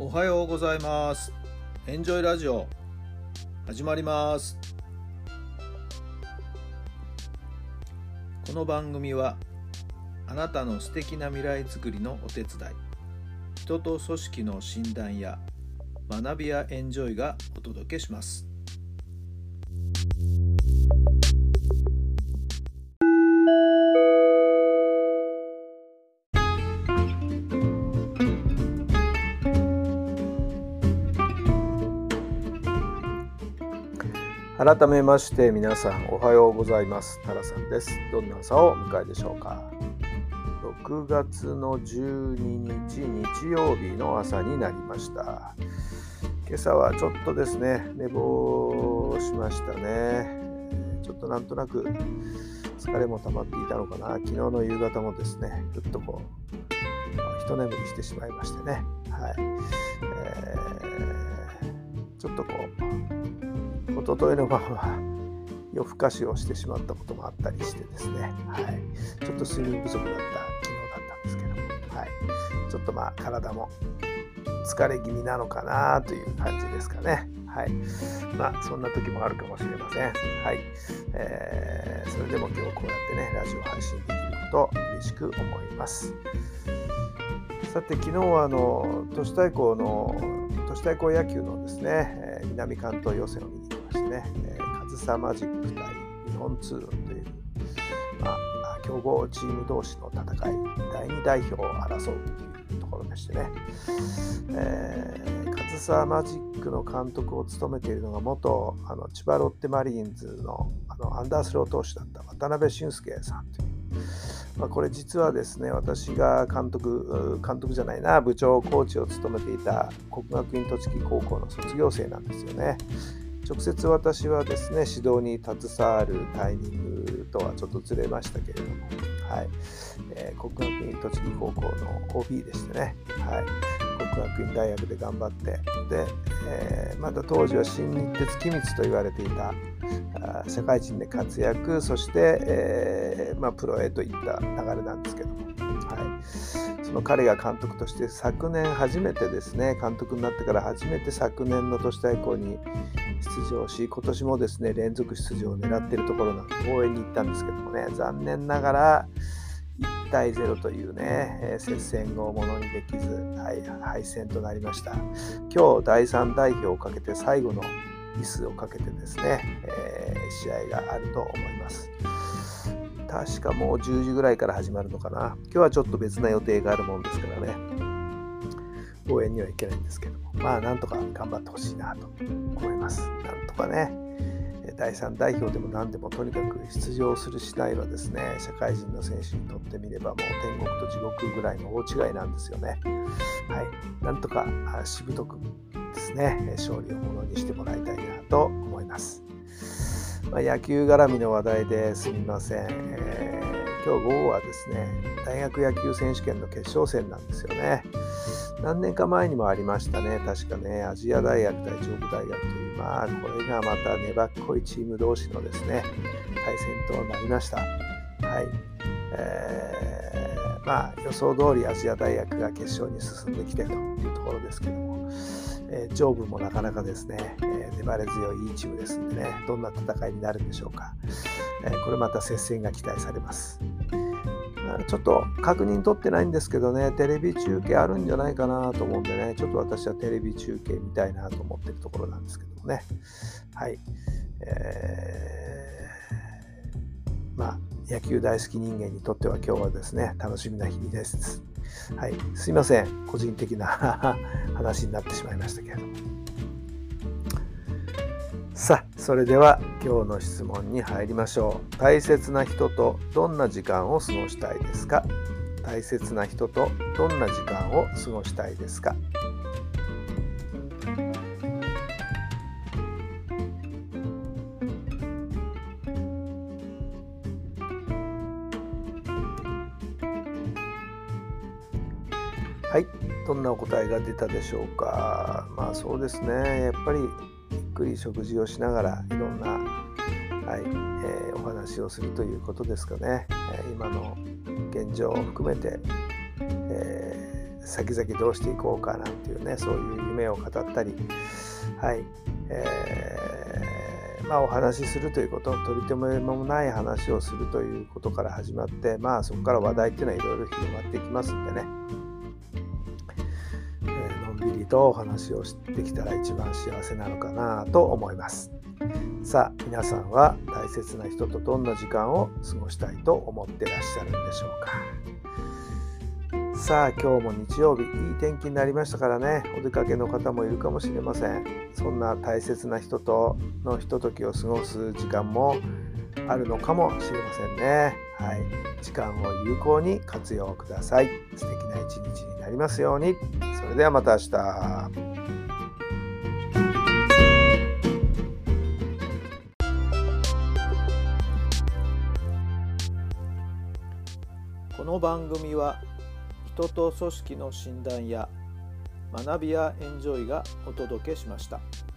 おはようございます。エンジョイラジオ始まります。この番組はあなたの素敵な未来づくりのお手伝い、人と組織の診断や学びやエンジョイがお届けします。改めまして皆さんおはようございます。タラさんです。どんな朝をお迎えでしょうか。6月の12日日曜日の朝になりました。今朝はちょっとですね寝坊しましたね。ちょっとなんとなく疲れも溜まっていたのかな。昨日の夕方もですねちょっと一眠りしてしまいましてね、ちょっと一昨日の晩は夜更かしをしてしまったこともあったりしてですね、ちょっと睡眠不足だった昨日だったんですけども、ちょっと体も疲れ気味なのかなという感じですかね。そんな時もあるかもしれません。それでも今日こうやってねラジオ配信できることを嬉しく思います。さて昨日は都市対抗野球のですね、南関東予選を見に行きましてね、上総マジック対日本ツールという、強豪チーム同士の戦い、第2代表を争うというところでしてね、上総マジックの監督を務めているのが元千葉ロッテマリーンズのアンダースロー投手だった渡辺俊介さんという、これ実はですね私が監督じゃないな部長コーチを務めていた国学院栃木高校の卒業生なんですよね。直接私はですね指導に携わるタイミングとはちょっとずれましたけれども、国学院栃木高校の OB でしてね、国学院大学で頑張ってで、また当時は新日鉄機密と言われていた社会人で活躍、そして、プロへといった流れなんですけども、その彼が監督として昨年初めてですね監督になってから初めて昨年の都市対抗に出場し、今年もですね連続出場を狙っているところなんで応援に行ったんですけどもね、残念ながら1対0というね、接戦をものにできず、敗戦となりました。今日第3代表をかけて最後のミスをかけてですね、試合があると思います。確かもう10時ぐらいから始まるのかな。今日はちょっと別な予定があるもんですからね応援には行けないんですけども、なんとか頑張ってほしいなと思います。なんとかね第3代表でも何でもとにかく出場するしないはですね社会人の選手にとってみればもう天国と地獄ぐらいの大違いなんですよね。なんとかしぶとくですね勝利をものにしてもらいたいなと思います。野球絡みの話題ですみません。今日午後はですね大学野球選手権の決勝戦なんですよね。何年か前にもありましたね。確かね亜細亜大学対上武大学というこれがまた粘っこいチーム同士のですね対戦となりました。予想通り亜細亜大学が決勝に進んできてというところですけども、上部もなかなかですね、粘り強いいいチームですんでね、どんな戦いになるんでしょうか。これまた接戦が期待されます。ちょっと確認取ってないんですけどね、テレビ中継あるんじゃないかなと思うんでね、ちょっと私はテレビ中継見たいなと思ってるところなんですけどもね。野球大好き人間にとっては今日はですね楽しみな日です。すいません、個人的な話になってしまいましたけれども。さあそれでは今日の質問に入りましょう。大切な人とどんな時間を過ごしたいですか？大切な人とどんな時間を過ごしたいですか？どんなお答えが出たでしょうか。そうですね、やっぱりゆっくり食事をしながらいろんな、お話をするということですかね。今の現状を含めて、 先々どうしていこうかなんていうね、そういう夢を語ったり、はい、お話しするということ、取り留めもない話をするということから始まって、そこから話題っていうのはいろいろ広がっていきますんでね、のんびりとお話をしてきたら一番幸せなのかなと思います。さあ、皆さんは大切な人とどんな時間を過ごしたいと思ってらっしゃるんでしょうか。さあ、今日も日曜日、いい天気になりましたからね、お出かけの方もいるかもしれません。そんな大切な人とのひとときを過ごす時間もあるのかもしれませんね。はい、時間を有効に活用ください。素敵な一日になりますように。それではまた明日。この番組は人と組織の診断や学びやエンジョイがお届けしました。